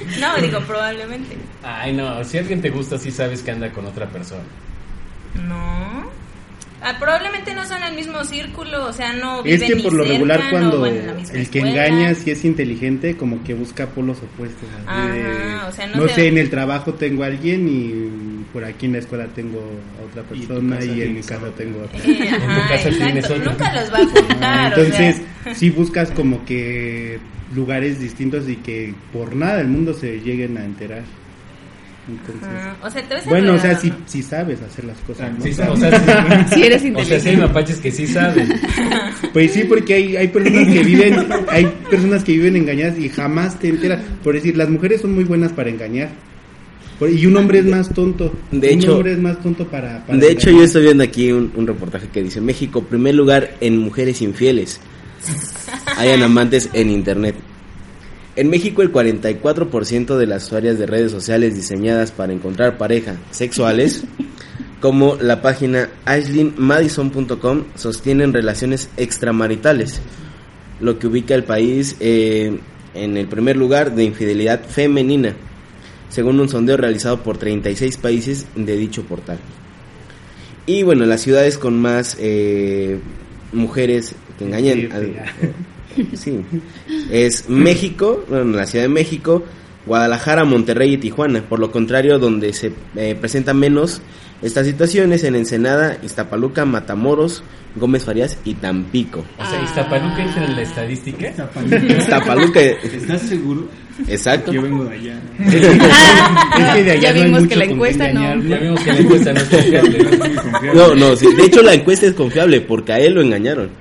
No, digo, probablemente. Ay, no, si alguien te gusta, sí sabes que anda con otra persona. No. Ah, probablemente no son el mismo círculo, o sea, no viven Es que ni por lo cerca, regular no cuando van en la misma el que escuela. engaña si es inteligente, como que busca polos opuestos. así Ajá, de, o sea, no no se- sé, en el trabajo tengo a alguien y por aquí en la escuela tengo a otra persona casa y, en mi tienes casa a otra. tengo a otra. Eh, ajá, casa tienes exacto. otro. Nunca los va a juntar, Entonces, o sea. sí buscas como que lugares distintos y que por nada del mundo se lleguen a enterar. Entonces, Ajá, o sea, te ves bueno, o sea, enredado, si si sabes hacer las cosas, ¿no? Sí, o sea, sí, Si eres o sea, inteligente. sí hay mapaches que sí saben. Pues sí, porque hay, hay personas que viven, hay personas que viven engañadas y jamás te enteras. Por decir, las mujeres son muy buenas para engañar. Por- y un hombre es más tonto. De un hecho- hombre es más tonto para, para De hecho, engañar. yo estoy viendo aquí un, un reportaje que dice: México, primer lugar en mujeres infieles. Hayan amantes en internet. En México, el cuarenta y cuatro por ciento de las usuarias de redes sociales diseñadas para encontrar pareja sexuales, como la página Aislinn Madison punto com, sostienen relaciones extramaritales, lo que ubica al país eh, en el primer lugar de infidelidad femenina, según un sondeo realizado por treinta y seis países de dicho portal. Y bueno, las ciudades con más eh, mujeres que engañan, Sí, sí, al- ya. sí, es México, bueno, la Ciudad de México, Guadalajara, Monterrey y Tijuana. Por lo contrario, donde se eh, presentan menos estas situaciones, en Ensenada, Iztapaluca, Matamoros, Gómez Farías y Tampico. O sea, ¿Iztapaluca entra en la estadística? Iztapaluca, ¿Estás seguro? exacto. Yo vengo de allá. Es que, es que de allá Ya no hay vimos mucho que la con encuesta qué no. engañar, Ya vimos que la encuesta no es confiable. No, no, sí, de hecho la encuesta es confiable porque a él lo engañaron.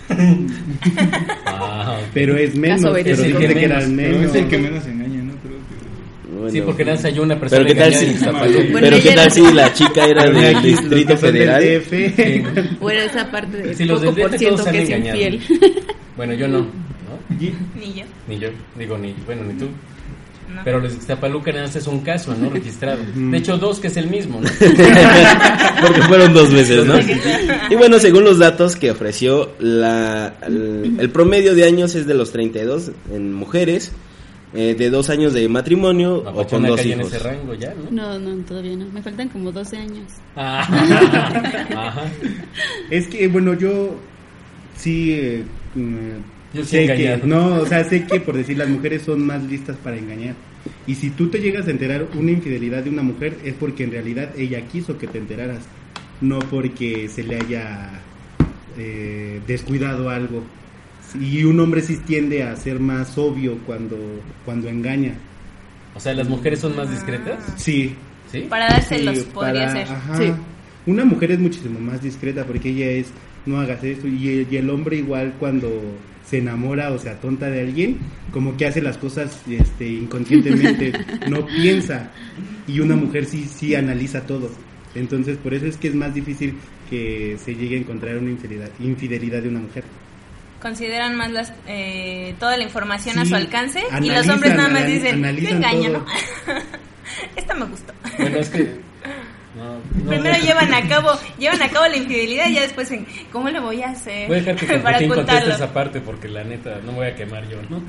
Ah, ok. Pero es menos, Caso pero verídico. dice que era Menos, Pero menos. es el que menos engaña, ¿no? Creo que... Bueno, Sí, porque lanza yo una persona pero qué tal engañada si, en Iztapaluca. Bueno, pero qué ella tal no- si la chica era Pero del aquí, los Distrito que son del Federal. D F. Fuera esa parte del Sí, los poco del por D F ciento todos que han es engañado. infiel. Bueno, yo no, ¿no? Ni yo. Ni yo, digo, ni, bueno, ni tú. No. Pero los de Iztapaluca nada más es un caso, ¿no? Registrado. De hecho, dos que es el mismo, ¿no? Porque fueron dos veces, ¿no? Y bueno, según los datos que ofreció, la, el, el promedio de años es de los treinta y dos en mujeres, eh, de dos años de matrimonio o con Mapachona dos cae en hijos. ese rango ya, ¿no? No, no, todavía no. Me faltan como doce años. Ah, ajá. Es que, bueno, yo sí... eh, mm, Yo sí sé he que, engañado. no, o sea, sé que por decir las mujeres son más listas para engañar. Y si tú te llegas a enterar una infidelidad de una mujer es porque en realidad ella quiso que te enteraras, no porque se le haya eh, descuidado algo. Y un hombre sí tiende a ser más obvio cuando cuando engaña. O sea, ¿las mujeres son más discretas? Sí. ¿Sí? Para dárselos Sí, podría para- ser. ajá. Sí. Una mujer es muchísimo más discreta porque ella es, no hagas esto, y el, y el hombre igual cuando se enamora o se atonta de alguien, como que hace las cosas este, inconscientemente, no piensa, y una mujer sí, sí analiza todo. Entonces por eso es que es más difícil que se llegue a encontrar una infidelidad, infidelidad de una mujer. Consideran más las, eh, toda la información a Sí, su alcance y los analizan, hombres nada más anal- dicen, qué analizan engaño, todo. ¿no? Esta me gustó. Bueno, es que... No, no, Primero no. llevan a cabo llevan a cabo la infidelidad y ya después en, ¿cómo le voy a hacer Voy a dejar que para Constantín conteste ocultarlo? esa parte porque la neta no me voy a quemar yo, ¿no?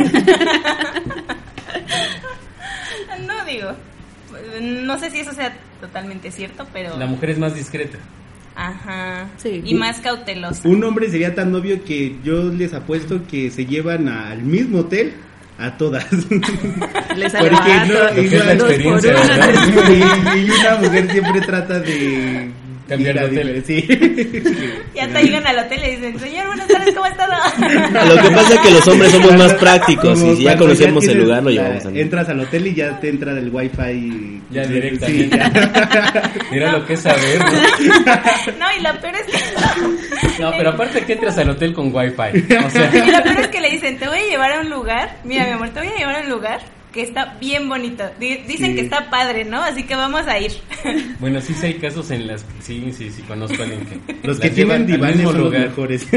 No digo, no sé si eso sea totalmente cierto, pero La mujer es más discreta. ajá, Sí. y más cautelosa. Un hombre sería tan obvio que yo les apuesto que se llevan al mismo hotel a todas. Les Porque arrebato, no, Lo que es la igual- dos por experiencia, uno. ¿verdad? y, y una mujer siempre trata de Cambiar ir a de hotel. diver- sí. Y hasta llegan al hotel y dicen, señor, buenas tardes, ¿cómo ha estado? Lo que pasa es que los hombres somos más prácticos Como y si ya cuando conocemos el tienes lugar lo la- llevamos a entras al hotel y ya te entra del wifi y Ya sí, directamente. ya. Mira lo que es saber, ¿no? No, y lo peor es que No, pero aparte que entras al hotel con wifi. O sea, y lo peor es que le dicen, te voy a llevar a un lugar, mira mi amor, te voy a llevar a un lugar que está bien bonito. Di- Dicen Sí. que está padre, ¿no? Así que vamos a ir. bueno, sí, sí hay casos en las que sí, sí, sí conozco a alguien que Los las que llevan tienen al divanes mismo son los lugar. mejores.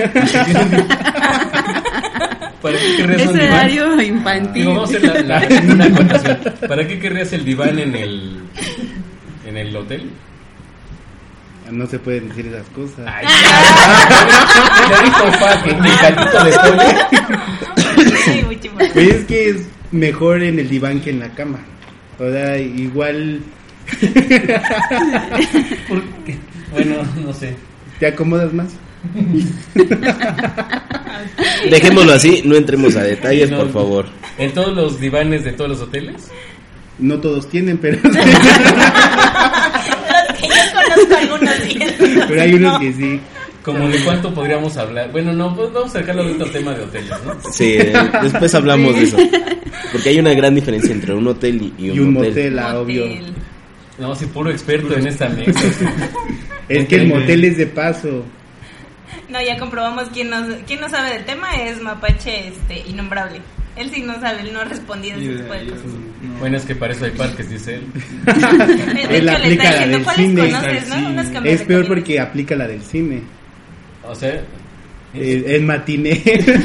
¿Para qué querrías un Ese diván? horario infantil. Digo, vamos a hacer la, la- una acotación. ¿Para qué querrías el diván en el en el hotel? No se pueden decir esas cosas. Ay, ya, ya dijo Fa que el caldito de pollo. Sí, muy chimón. Pues es que es mejor en el diván que en la cama. O sea, igual... Porque, bueno, no sé. ¿Te acomodas más? Dejémoslo así, no entremos a detalles, No, por favor. ¿En todos los divanes de todos los hoteles? No todos tienen, pero... Los que yo conozco algunos sí. Pero hay unos que sí. ¿Como de cuánto podríamos hablar? Bueno, no, pues vamos a sacarlo de otro tema de hoteles, ¿no? Sí, eh, después hablamos de eso. Porque hay una gran diferencia entre un hotel y, y un, Y un motel. motel, ah, obvio. No, sí, puro experto en esta mesa. Es que el motel es de paso. No, ya comprobamos quién no, quién no sabe del tema, es Mapache este, innombrable. Él sí no sabe, él no ha respondido ese tipo de cosas. Bueno, es que para eso hay parques, dice él. De Él hecho, le aplica está la diciendo del cuáles cine. conoces, ¿no? Unos que me Es peor recomiendas. porque aplica la del cine. O sea, El, el matiné.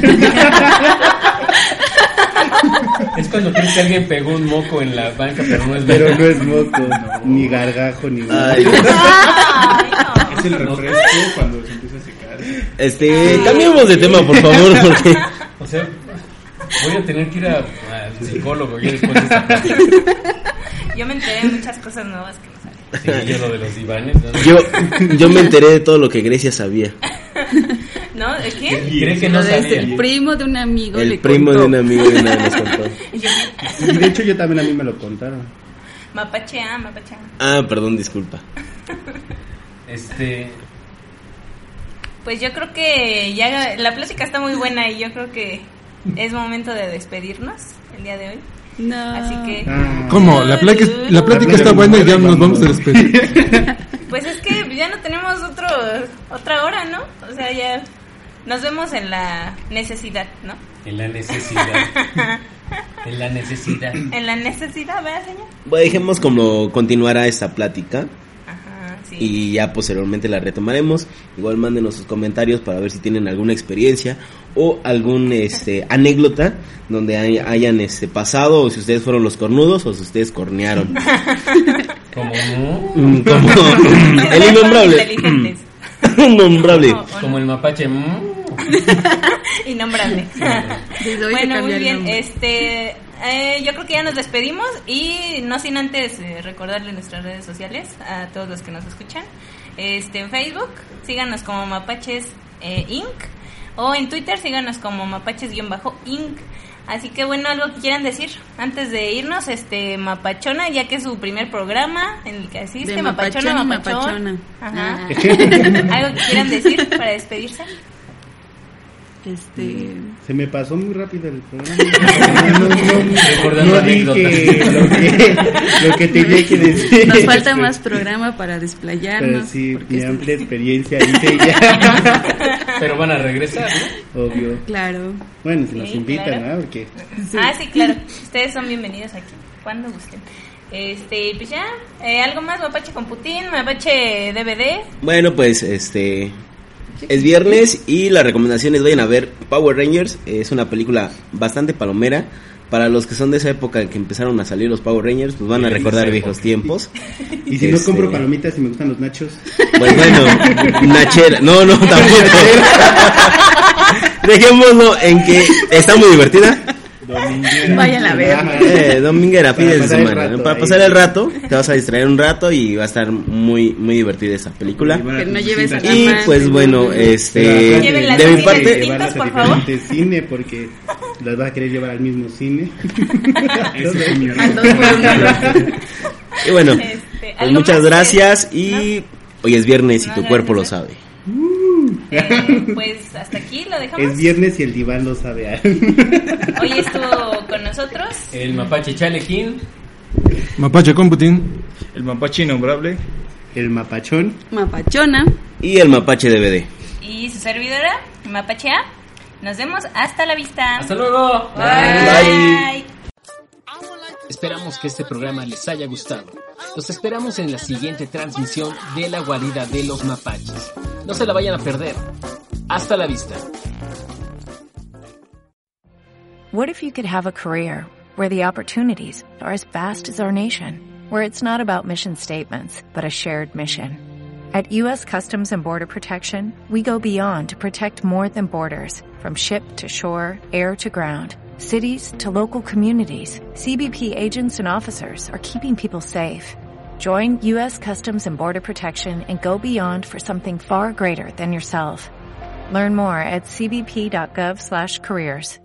es cuando crees que alguien pegó un moco en la banca, pero no es Pero verdad. no es moco, ni gargajo, ni nada. Ay, Es el refresco cuando se empieza a secar. este, cambiemos de tema, por favor, porque O sea, voy a tener que ir a- al psicólogo ya después de esta plática. Yo me enteré de muchas cosas nuevas que no sabía. Sí, yo lo de los divanes. ¿no? yo, yo me enteré de todo lo que Grecia sabía. ¿No? ¿De qué? Cree que no Lo de sabía. el primo de un amigo El le primo contó. de un amigo de una vez nos contó. Y yo, Y de hecho yo también a mí me lo contaron. Mapache A, Mapache A. Ah, perdón, disculpa. Este, Pues yo creo que ya la plática está muy buena y yo creo que es momento de despedirnos el día de hoy. No. Así que, Ah. ¿Cómo? La plática, la plática está buena y ya nos vamos a despedir. pues es que ya no tenemos otro otra hora, ¿no? O sea, ya nos vemos en la necesidad, ¿no? en la necesidad. En la necesidad. En la necesidad, ¿verdad, señor? Bueno, dejemos como continuará esta plática Ajá, sí. y ya posteriormente la retomaremos. Igual mándenos sus comentarios para ver si tienen alguna experiencia o algún este anécdota donde hay- hayan este pasado, o si ustedes fueron los cornudos o si ustedes cornearon. Como no, Mm, Como el Ustedes son innombrable. inteligentes. Innombrable. O- o como el mapache. mm. Innombrable. Desde hoy se Bueno, cambia muy el bien. nombre. Este, eh, yo creo que ya nos despedimos y no sin antes eh, recordarle nuestras redes sociales a todos los que nos escuchan. Este, en Facebook, síganos como Mapaches eh, Incorporated o en Twitter síganos como Mapaches-Inc. Así que bueno, algo que quieran decir antes de irnos, este Mapachona, ya que es su primer programa en el que asiste, De Mapachona, Mapachona y Mapachón. Ajá. Ah. Algo que quieran decir para despedirse. Este. Se me pasó muy rápido el programa. No, no, no, Recordando no dije anécdotas. lo que, lo que tenía que decir. Nos falta más programa para desplayarnos. Pero sí, porque mi esto- amplia experiencia hice ya. Pero van a regresar, ¿no? Obvio. Claro. Bueno, si nos Sí, invitan, claro. ¿no? Porque Sí. Ah, sí, claro. Ustedes son bienvenidos aquí, cuando gusten. Este, pues ya, eh, algo más, Mapache con Putin, Mapache D V D. Bueno, pues este es viernes y las recomendaciones vayan a ver Power Rangers. Es una película bastante palomera. Para los que son de esa época en que empezaron a salir los Power Rangers, pues van a Sí, recordar esa viejos época. tiempos. y si no Este, compro palomitas y me gustan los nachos. Pues bueno, Nachera. No, no, tampoco. Dejémoslo en que está muy divertida. Vayan a ver. Eh, dominguera, Para fines de pasar el semana. rato Para ahí. pasar el rato, te vas a distraer un rato y va a estar muy muy divertida esa película. Pero no lleves a la Y amante, pues no, bueno, no, no. este Lleven las de mi cosas parte distintas, Llevarlas a por favor. diferentes cine porque las vas a querer llevar al mismo cine. Ese es mi Al dos por uno. y bueno, Este, pues ¿algo muchas más? gracias y hoy es viernes y No, tu gracias, cuerpo lo ¿eh? sabe. Eh, pues hasta aquí lo dejamos. Es viernes y el diván lo sabe. Hoy estuvo con nosotros. El mapache Chalequín. Mapache Computing. El mapache innombrable. El mapachón. Mapachona. Y el mapache D V D. Y su servidora, Mapache A. Nos vemos hasta la vista. Hasta luego. Bye. Esperamos que este programa les haya gustado. Los esperamos en la siguiente transmisión de la guarida de los mapaches. No se la vayan a perder. Hasta la vista. What if you could have a career where the opportunities are as vast as our nation, where it's not about mission statements, but a shared mission? At U S Customs and Border Protection, we go beyond to protect more than borders, from ship to shore, air to ground. cities to local communities, C B P agents and officers are keeping people safe. Join U S Customs and Border Protection and go beyond for something far greater than yourself. Learn more at c b p dot gov slash careers.